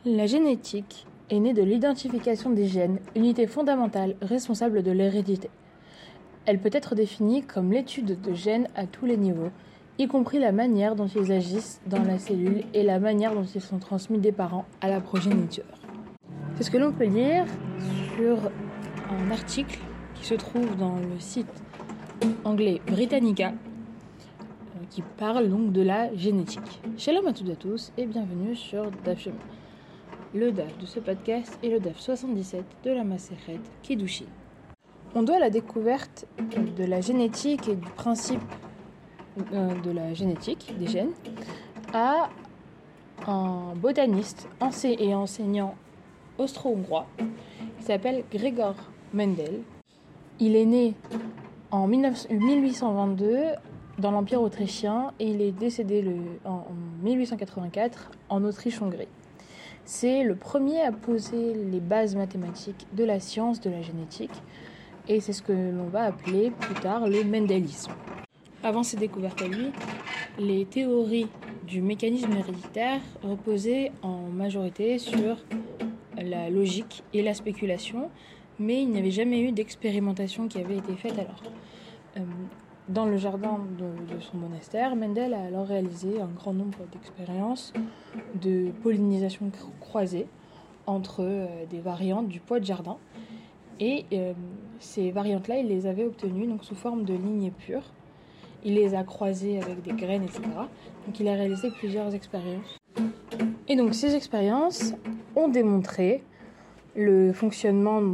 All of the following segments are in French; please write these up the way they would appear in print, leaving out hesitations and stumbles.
La génétique est née de l'identification des gènes, unité fondamentale responsable de l'hérédité. Elle peut être définie comme l'étude de gènes à tous les niveaux, y compris la manière dont ils agissent dans la cellule et la manière dont ils sont transmis des parents à la progéniture. C'est ce que l'on peut lire sur un article qui se trouve dans le site anglais Britannica, qui parle donc de la génétique. Shalom à toutes et à tous et bienvenue sur DAF Yomi. Le DAF de ce podcast est le DAF 77 de la Masechet Kiddushin. On doit la découverte de la génétique et du principe de la génétique des gènes à un botaniste et enseignant austro-hongrois qui s'appelle Gregor Mendel. Il est né en 1822 dans l'Empire autrichien et il est décédé en 1884 en Autriche-Hongrie. C'est le premier à poser les bases mathématiques de la science de la génétique et c'est ce que l'on va appeler plus tard le mendélisme. Avant ses découvertes à lui, les théories du mécanisme héréditaire reposaient en majorité sur la logique et la spéculation, mais il n'y avait jamais eu d'expérimentation qui avait été faite alors. Dans le jardin de son monastère, Mendel a alors réalisé un grand nombre d'expériences de pollinisation croisée entre des variantes du pois de jardin. Et ces variantes-là, il les avait obtenues donc, sous forme de lignées pures. Il les a croisées avec des graines, etc. Donc il a réalisé plusieurs expériences. Et donc ces expériences ont démontré le fonctionnement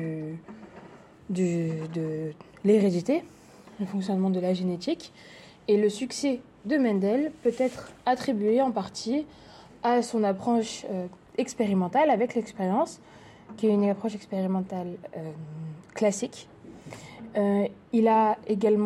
de l'hérédité, le fonctionnement de la génétique, et le succès de Mendel peut être attribué en partie à son approche expérimentale avec l'expérience, qui est une approche expérimentale classique. Il a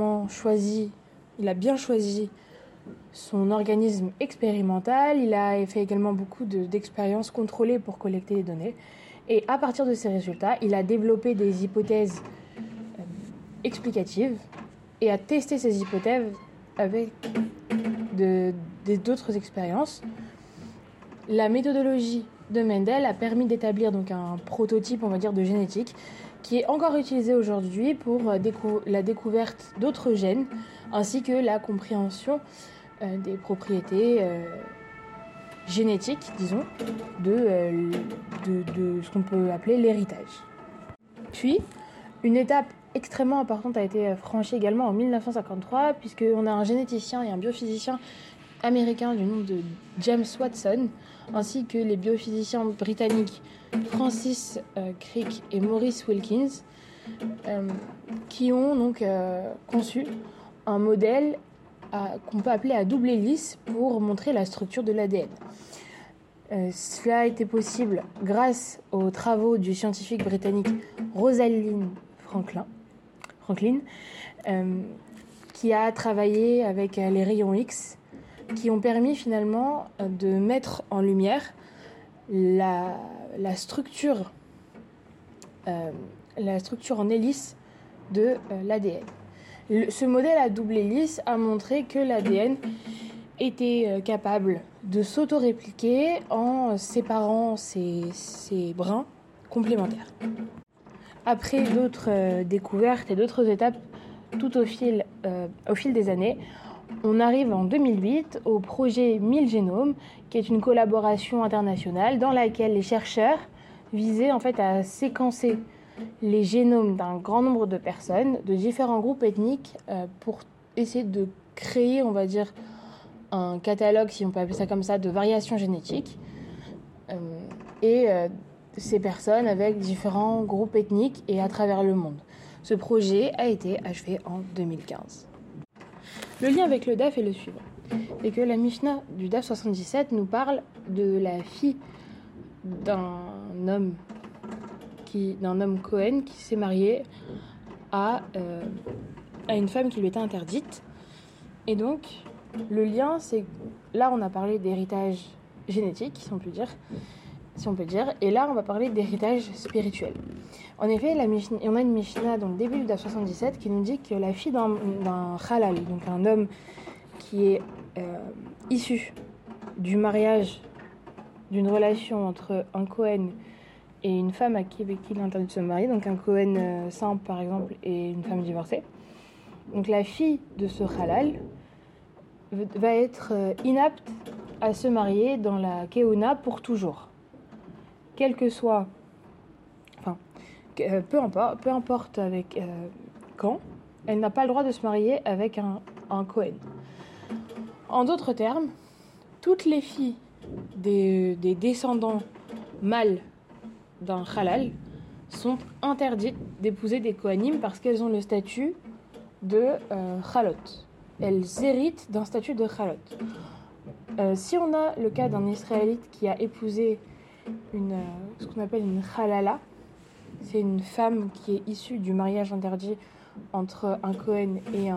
bien choisi son organisme expérimental, il a fait également beaucoup d'expériences contrôlées pour collecter les données, et à partir de ces résultats, il a développé des hypothèses explicatives et a testé ces hypothèses avec d'autres expériences. La méthodologie de Mendel a permis d'établir donc un prototype, on va dire, de génétique qui est encore utilisé aujourd'hui pour la découverte d'autres gènes ainsi que la compréhension des propriétés génétiques, disons, de ce qu'on peut appeler l'héritage. Puis, une étape extrêmement importante a été franchie également en 1953, puisqu'on a un généticien et un biophysicien américain du nom de James Watson, ainsi que les biophysiciens britanniques Francis Crick et Maurice Wilkins, qui ont donc conçu un modèle qu'on peut appeler à double hélice pour montrer la structure de l'ADN. Cela a été possible grâce aux travaux du scientifique britannique Rosalind Franklin, qui a travaillé avec les rayons X, qui ont permis finalement de mettre en lumière la structure en hélice de l'ADN. Ce modèle à double hélice a montré que l'ADN était capable de s'auto-répliquer en séparant ses brins complémentaires. Après d'autres découvertes et d'autres étapes tout au fil des années, on arrive en 2008 au projet 1000 génomes, qui est une collaboration internationale dans laquelle les chercheurs visaient en fait à séquencer les génomes d'un grand nombre de personnes, de différents groupes ethniques, pour essayer de créer, on va dire, un catalogue, si on peut appeler ça comme ça, de variations génétiques. Ces personnes avec différents groupes ethniques et à travers le monde. Ce projet a été achevé en 2015. Le lien avec le DAF est le suivant. C'est que la Mishnah du DAF 77 nous parle de la fille d'un homme Cohen qui s'est marié à une femme qui lui était interdite. Et donc, le lien, c'est... Là, on a parlé d'héritage génétique, si on peut dire, et là, on va parler d'héritage spirituel. En effet, on a une Mishnah dans le début du DAF 77 qui nous dit que la fille d'un halal, donc un homme qui est issu du mariage d'une relation entre un Kohen et une femme avec qui il est interdit de se marier, donc un Kohen simple par exemple et une femme divorcée. Donc la fille de ce halal va être inapte à se marier dans la Keuna pour toujours. Quel que soit, peu importe avec quand, elle n'a pas le droit de se marier avec un Kohen. En d'autres termes, toutes les filles des descendants mâles d'un halal sont interdites d'épouser des Kohanim parce qu'elles ont le statut de Chalot. Elles héritent d'un statut de Chalot. Si on a le cas d'un Israélite qui a épousé ce qu'on appelle une Halala, c'est une femme qui est issue du mariage interdit entre un Kohen et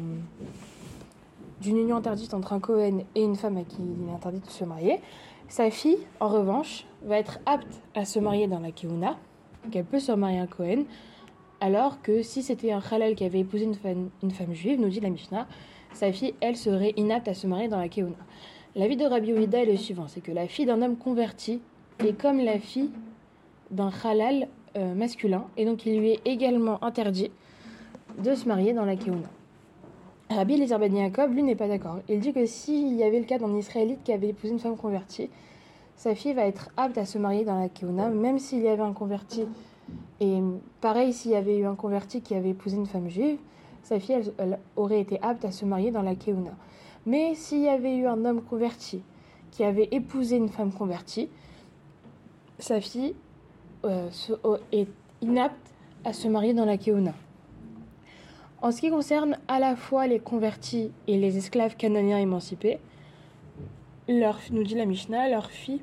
d'une union interdite entre un Kohen et une femme à qui il est interdit de se marier. Sa fille, en revanche, va être apte à se marier dans la Keuna, donc elle peut se marier à un Kohen, alors que si c'était un halal qui avait épousé une femme juive, nous dit la Mishnah, sa fille, elle, serait inapte à se marier dans la Keuna. L'avis de Rabbi Yehuda est le suivant, c'est que la fille d'un homme converti est comme la fille d'un halal masculin, et donc il lui est également interdit de se marier dans la Keuna. Rabbi Eliezer ben Yaakov, lui, n'est pas d'accord. Il dit que s'il y avait le cas d'un Israélite qui avait épousé une femme convertie, sa fille va être apte à se marier dans la Keuna, même s'il y avait un converti. Et pareil, s'il y avait eu un converti qui avait épousé une femme juive, sa fille, elle aurait été apte à se marier dans la Keuna. Mais s'il y avait eu un homme converti qui avait épousé une femme convertie, sa fille est inapte à se marier dans la Keuna. En ce qui concerne à la fois les convertis et les esclaves cananéens émancipés, nous dit la Mishnah, leurs filles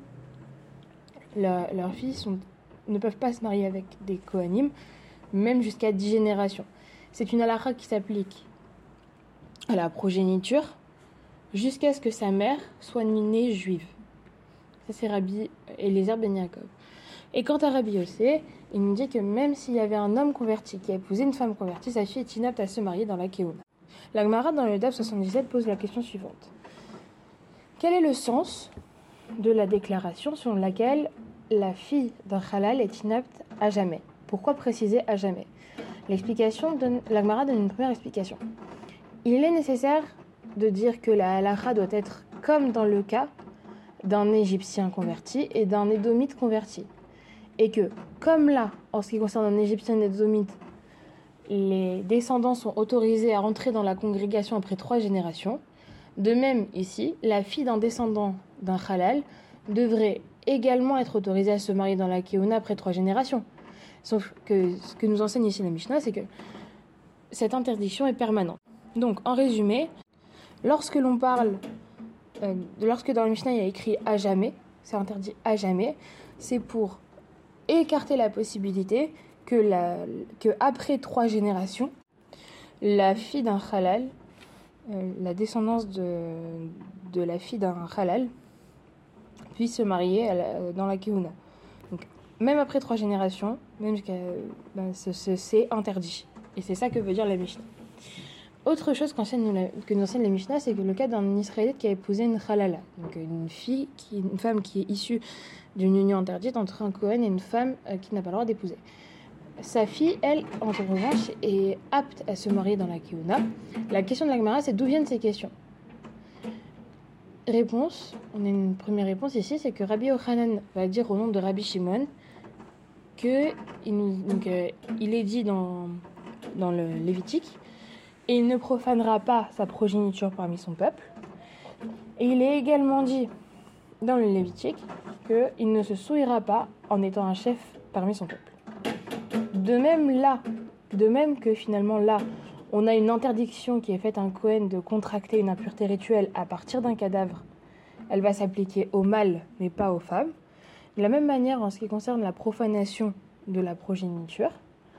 ne peuvent pas se marier avec des Kohanim, même jusqu'à 10 générations. C'est une halakha qui s'applique à la progéniture jusqu'à ce que sa mère soit née juive. Ça, c'est Rabbi Eliezer ben Yaakov. Et quant à Rabbi Yossé, il nous dit que même s'il y avait un homme converti qui a épousé une femme convertie, sa fille est inapte à se marier dans la Keuna. La Gemara, dans le Daf 77, pose la question suivante. Quel est le sens de la déclaration selon laquelle la fille d'un halal est inapte à jamais? Pourquoi préciser à jamais? La Gemara donne une première explication. Il est nécessaire de dire que la halakha doit être comme dans le cas d'un Égyptien converti et d'un Édomite converti. Et que, comme là, en ce qui concerne un Égyptien et un Édomite, les descendants sont autorisés à rentrer dans la congrégation après 3 générations, de même ici, la fille d'un descendant d'un halal devrait également être autorisée à se marier dans la Keuna après 3 générations. Sauf que ce que nous enseigne ici la Mishnah, c'est que cette interdiction est permanente. Donc, en résumé, lorsque dans la Mishnah il y a écrit à jamais, c'est interdit à jamais, c'est pour écarter la possibilité que après 3 générations, la fille d'un halal, la descendance de la fille d'un halal, puisse se marier dans la Keuna. Donc, même après 3 générations, même c'est interdit. Et c'est ça que veut dire la Mishnah. Autre chose que nous enseigne la Mishnah, c'est que le cas d'un Israélite qui a épousé une halala, donc une femme qui est issue d'une union interdite entre un Kohen et une femme qui n'a pas le droit d'épouser. Sa fille, elle, en revanche, est apte à se marier dans la Keuna. La question de la Gemara, c'est d'où viennent ces questions? Réponse, on a une première réponse ici, c'est que Rabbi Yochanan va dire au nom de Rabbi Shimon qu'il est dit dans le Lévitique, et il ne profanera pas sa progéniture parmi son peuple. Et il est également dit dans le Lévitique qu'il ne se souillera pas en étant un chef parmi son peuple. De même que finalement là, on a une interdiction qui est faite à un Kohen de contracter une impureté rituelle à partir d'un cadavre. Elle va s'appliquer aux mâles, mais pas aux femmes. De la même manière, en ce qui concerne la profanation de la progéniture,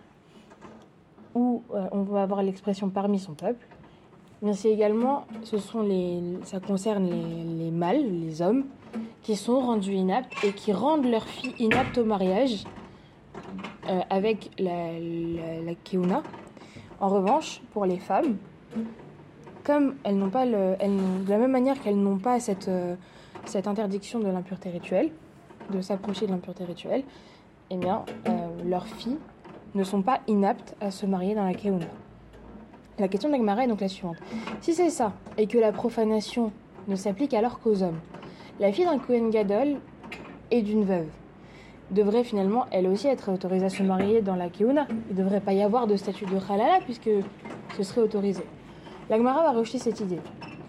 où on va avoir l'expression parmi son peuple, mais c'est également, ça concerne les mâles, les hommes, qui sont rendus inaptes et qui rendent leurs filles inaptes au mariage avec la Keuna. En revanche, pour les femmes, comme elles n'ont pas de la même manière qu'elles n'ont pas cette cette interdiction de l'impureté rituelle, de s'approcher de l'impureté rituelle, eh bien, leurs filles ne sont pas inaptes à se marier dans la Keuna. La question de la Gemara est donc la suivante. Si c'est ça, et que la profanation ne s'applique alors qu'aux hommes, la fille d'un Kohen Gadol et d'une veuve devrait finalement, elle aussi, être autorisée à se marier dans la Keuna. Il ne devrait pas y avoir de statut de Halala, puisque ce serait autorisé. La Gemara va rejeter cette idée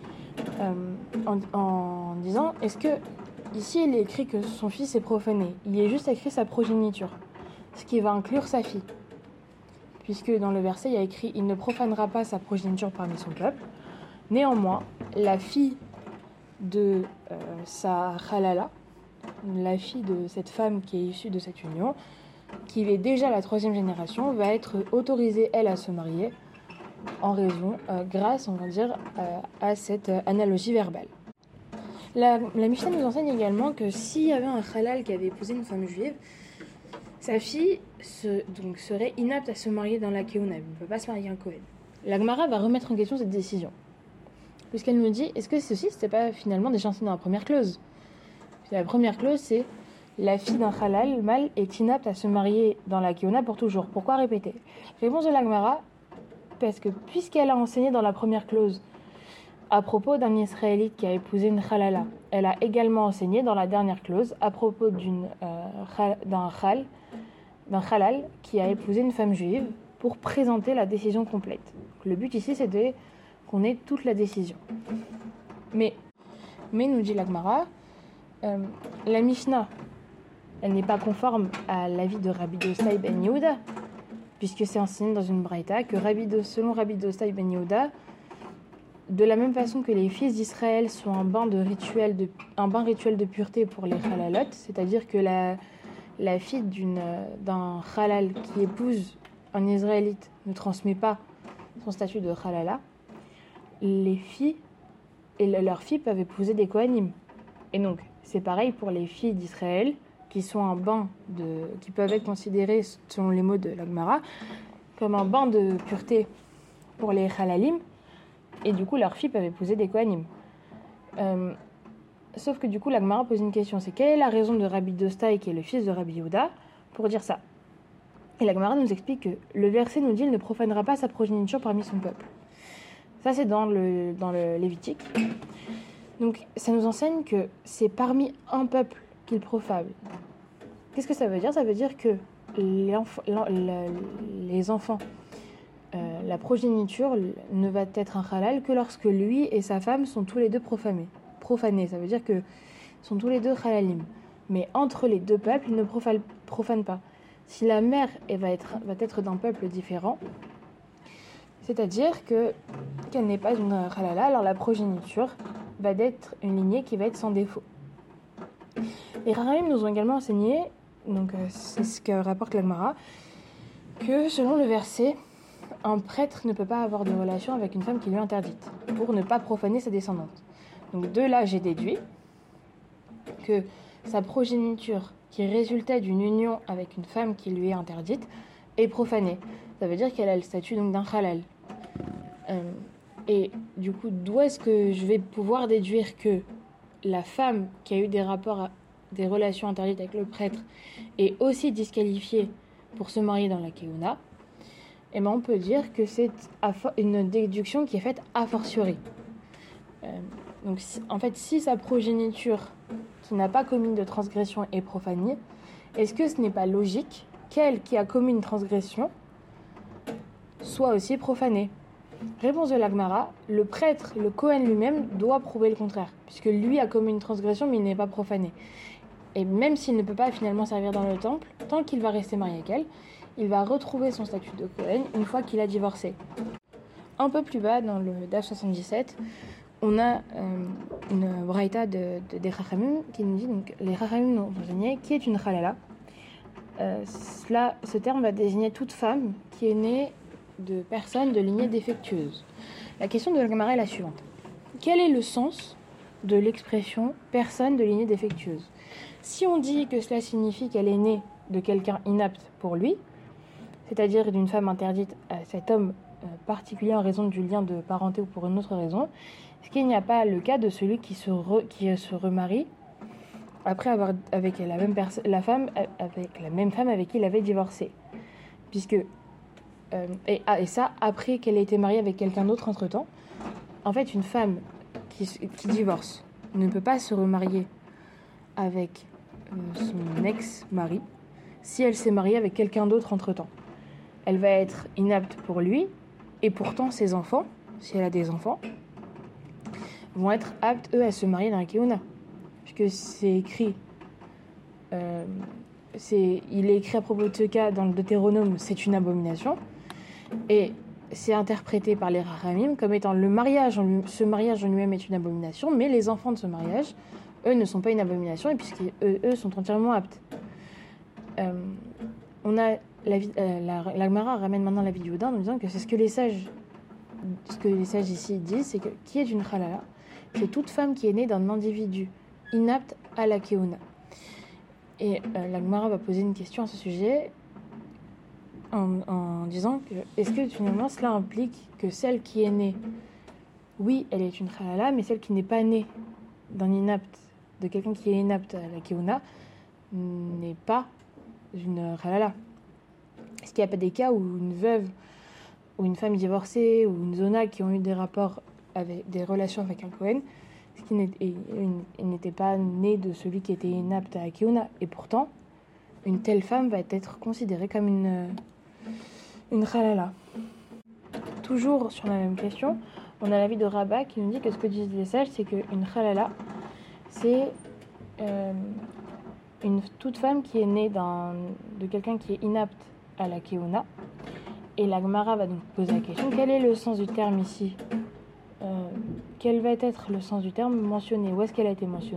en disant, est-ce que ici il est écrit que son fils est profané? Il y est juste écrit sa progéniture, ce qui va inclure sa fille. Puisque dans le verset, il y a écrit « Il ne profanera pas sa progéniture parmi son peuple ». Néanmoins, la fille de sa halala, la fille de cette femme qui est issue de cette union, qui est déjà la 3e génération, va être autorisée, elle, à se marier en raison, grâce, on va dire, à cette analogie verbale. La Mishnah nous enseigne également que s'il y avait un halal qui avait épousé une femme juive, sa fille donc serait inapte à se marier dans la Keuna. Elle ne peut pas se marier un Kohen. La Gemara va remettre en question cette décision. Puisqu'elle nous dit, est-ce que ceci, c'était pas finalement déjà enseigné dans la première clause? La première clause, c'est la fille d'un halal mâle est inapte à se marier dans la Keuna pour toujours. Pourquoi répéter? Réponse de la Gemara, parce que puisqu'elle a enseigné dans la première clause à propos d'un Israélite qui a épousé une halala, elle a également enseigné dans la dernière clause à propos d'un halal qui a épousé une femme juive pour présenter la décision complète. Donc, le but ici, c'était qu'on ait toute la décision. Mais nous dit la Gemara, la Mishnah, elle n'est pas conforme à l'avis de Rabbi Dostai ben Yehuda, puisque c'est enseigné dans une braïta que selon Rabbi Dostai ben Yehuda, de la même façon que les fils d'Israël sont un bain rituel de pureté pour les halalot, c'est-à-dire que la fille d'un halal qui épouse un Israélite ne transmet pas son statut de halala, les filles et leurs filles peuvent épouser des Kohanim. Et donc, c'est pareil pour les filles d'Israël qui sont qui peuvent être considérées, selon les mots de la Gemara, comme un bain de pureté pour les halalim, et du coup, leurs filles peuvent épouser des Kohanim. Sauf que du coup, la Gemara pose une question, c'est quelle est la raison de Rabbi Dostai, qui est le fils de Rabbi Yehuda, pour dire ça? Et la Gemara nous explique que le verset nous dit « Il ne profanera pas sa progéniture parmi son peuple ». Ça, c'est dans le Lévitique. Donc, ça nous enseigne que c'est parmi un peuple qu'il profane. Qu'est-ce que ça veut dire? Ça veut dire que les enfants, la progéniture ne va être un halal que lorsque lui et sa femme sont tous les deux profanés. Ça veut dire que sont tous les deux halalim. Mais entre les deux peuples, ils ne profanent pas. Si la mère va être d'un peuple différent, c'est-à-dire qu'elle n'est pas une halala, alors la progéniture va être une lignée qui va être sans défaut. Les Chachamim nous ont également enseigné, donc c'est ce que rapporte la Gemara, que selon le verset, un prêtre ne peut pas avoir de relation avec une femme qui lui est interdite, pour ne pas profaner sa descendante. Donc de là, j'ai déduit que sa progéniture, qui résultait d'une union avec une femme qui lui est interdite, est profanée. Ça veut dire qu'elle a le statut donc d'un halal. Et du coup, d'où est-ce que je vais pouvoir déduire que la femme qui a eu des relations interdites avec le prêtre est aussi disqualifiée pour se marier dans la Keuna? Eh bien, on peut dire que c'est une déduction qui est faite a fortiori. Donc, en fait, si sa progéniture qui n'a pas commis de transgression est profanée, est-ce que ce n'est pas logique qu'elle qui a commis une transgression soit aussi profanée? Réponse de la Gemara, le prêtre, le Kohen lui-même, doit prouver le contraire, puisque lui a commis une transgression, mais il n'est pas profané. Et même s'il ne peut pas finalement servir dans le temple, tant qu'il va rester marié avec elle, il va retrouver son statut de Kohen une fois qu'il a divorcé. Un peu plus bas, dans le DAF 77, on a une braïta des Chachamim qui nous dit, donc les Chachamim nous ont enseigné qui est une halala. Ce terme va désigner toute femme qui est née de personnes de lignée défectueuse. La question de la Gemara est la suivante. Quel est le sens de l'expression « personne de lignée défectueuse » ? Si on dit que cela signifie qu'elle est née de quelqu'un inapte pour lui, c'est-à-dire d'une femme interdite à cet homme particulier en raison du lien de parenté ou pour une autre raison, Est-ce qu'il n'y a pas le cas de celui qui se remarie après avoir avec la même femme avec qui il avait divorcé, puisque et ça après qu'elle ait été mariée avec quelqu'un d'autre entre-temps. En fait, une femme qui divorce ne peut pas se remarier avec son ex-mari si elle s'est mariée avec quelqu'un d'autre entre-temps. Elle va être inapte pour lui, et pourtant ses enfants, si elle a des enfants, vont être aptes, eux, à se marier dans la Kéouna. Puisque c'est écrit, il est écrit à propos de ce cas dans le Deutéronome, c'est une abomination, et c'est interprété par les Rachamim comme étant ce mariage en lui-même est une abomination, mais les enfants de ce mariage, eux, ne sont pas une abomination, et puisqu'eux sont entièrement aptes. On a la Gemara ramène maintenant la vie du Houdin en disant que c'est ce que les sages ici disent, c'est que qui est une halala, c'est toute femme qui est née d'un individu inapte à la Kéouna. Et la Gemara va poser une question à ce sujet en disant que est-ce que finalement cela implique que celle qui est née, oui, elle est une halala, mais celle qui n'est pas née de quelqu'un qui est inapte à la Kéouna n'est pas une halala. Est-ce qu'il n'y a pas des cas où une veuve ou une femme divorcée ou une zona qui ont eu des rapports avec des relations avec un Kohen, ce qui n'était pas né de celui qui était inapte à la Kéouna, et pourtant une telle femme va être considérée comme une halala. Toujours sur la même question, on a l'avis de Rabat qui nous dit que ce que disent les sages, c'est qu'une halala, c'est toute femme qui est née de quelqu'un qui est inapte à la Kéouna. Et la Gemara va donc poser la question, quel est le sens du terme ici ? Quel va être le sens du terme mentionné ? Où est-ce qu'elle a été mentionnée ?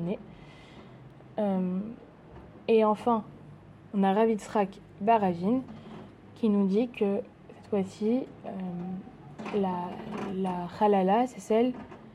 Et enfin, on a Rav Yitzhak bar Ravin qui nous dit que cette fois-ci, la halala, c'est celle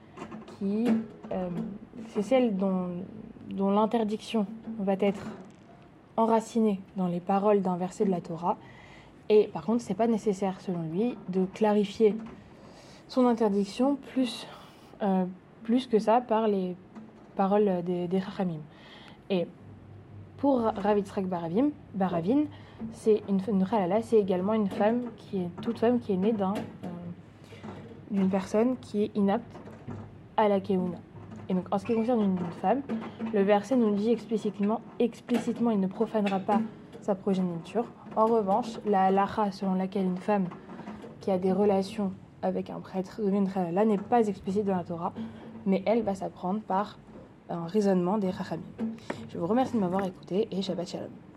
dont l'interdiction va être enracinée dans les paroles d'un verset de la Torah. Et par contre, c'est pas nécessaire, selon lui, de clarifier son interdiction plus que ça par les paroles des Chachamim. Et pour Rav Yitzhak bar Ravin, c'est une halala, c'est également toute femme qui est née d'une personne qui est inapte à la Kéouna. Et donc, en ce qui concerne une femme, le verset nous dit explicitement, il ne profanera pas sa progéniture. En revanche, la halacha selon laquelle une femme qui a des relations avec un prêtre devient une halala n'est pas explicite dans la Torah, mais elle va s'apprendre par un raisonnement des Chachamim. Je vous remercie de m'avoir écouté et Shabbat Shalom.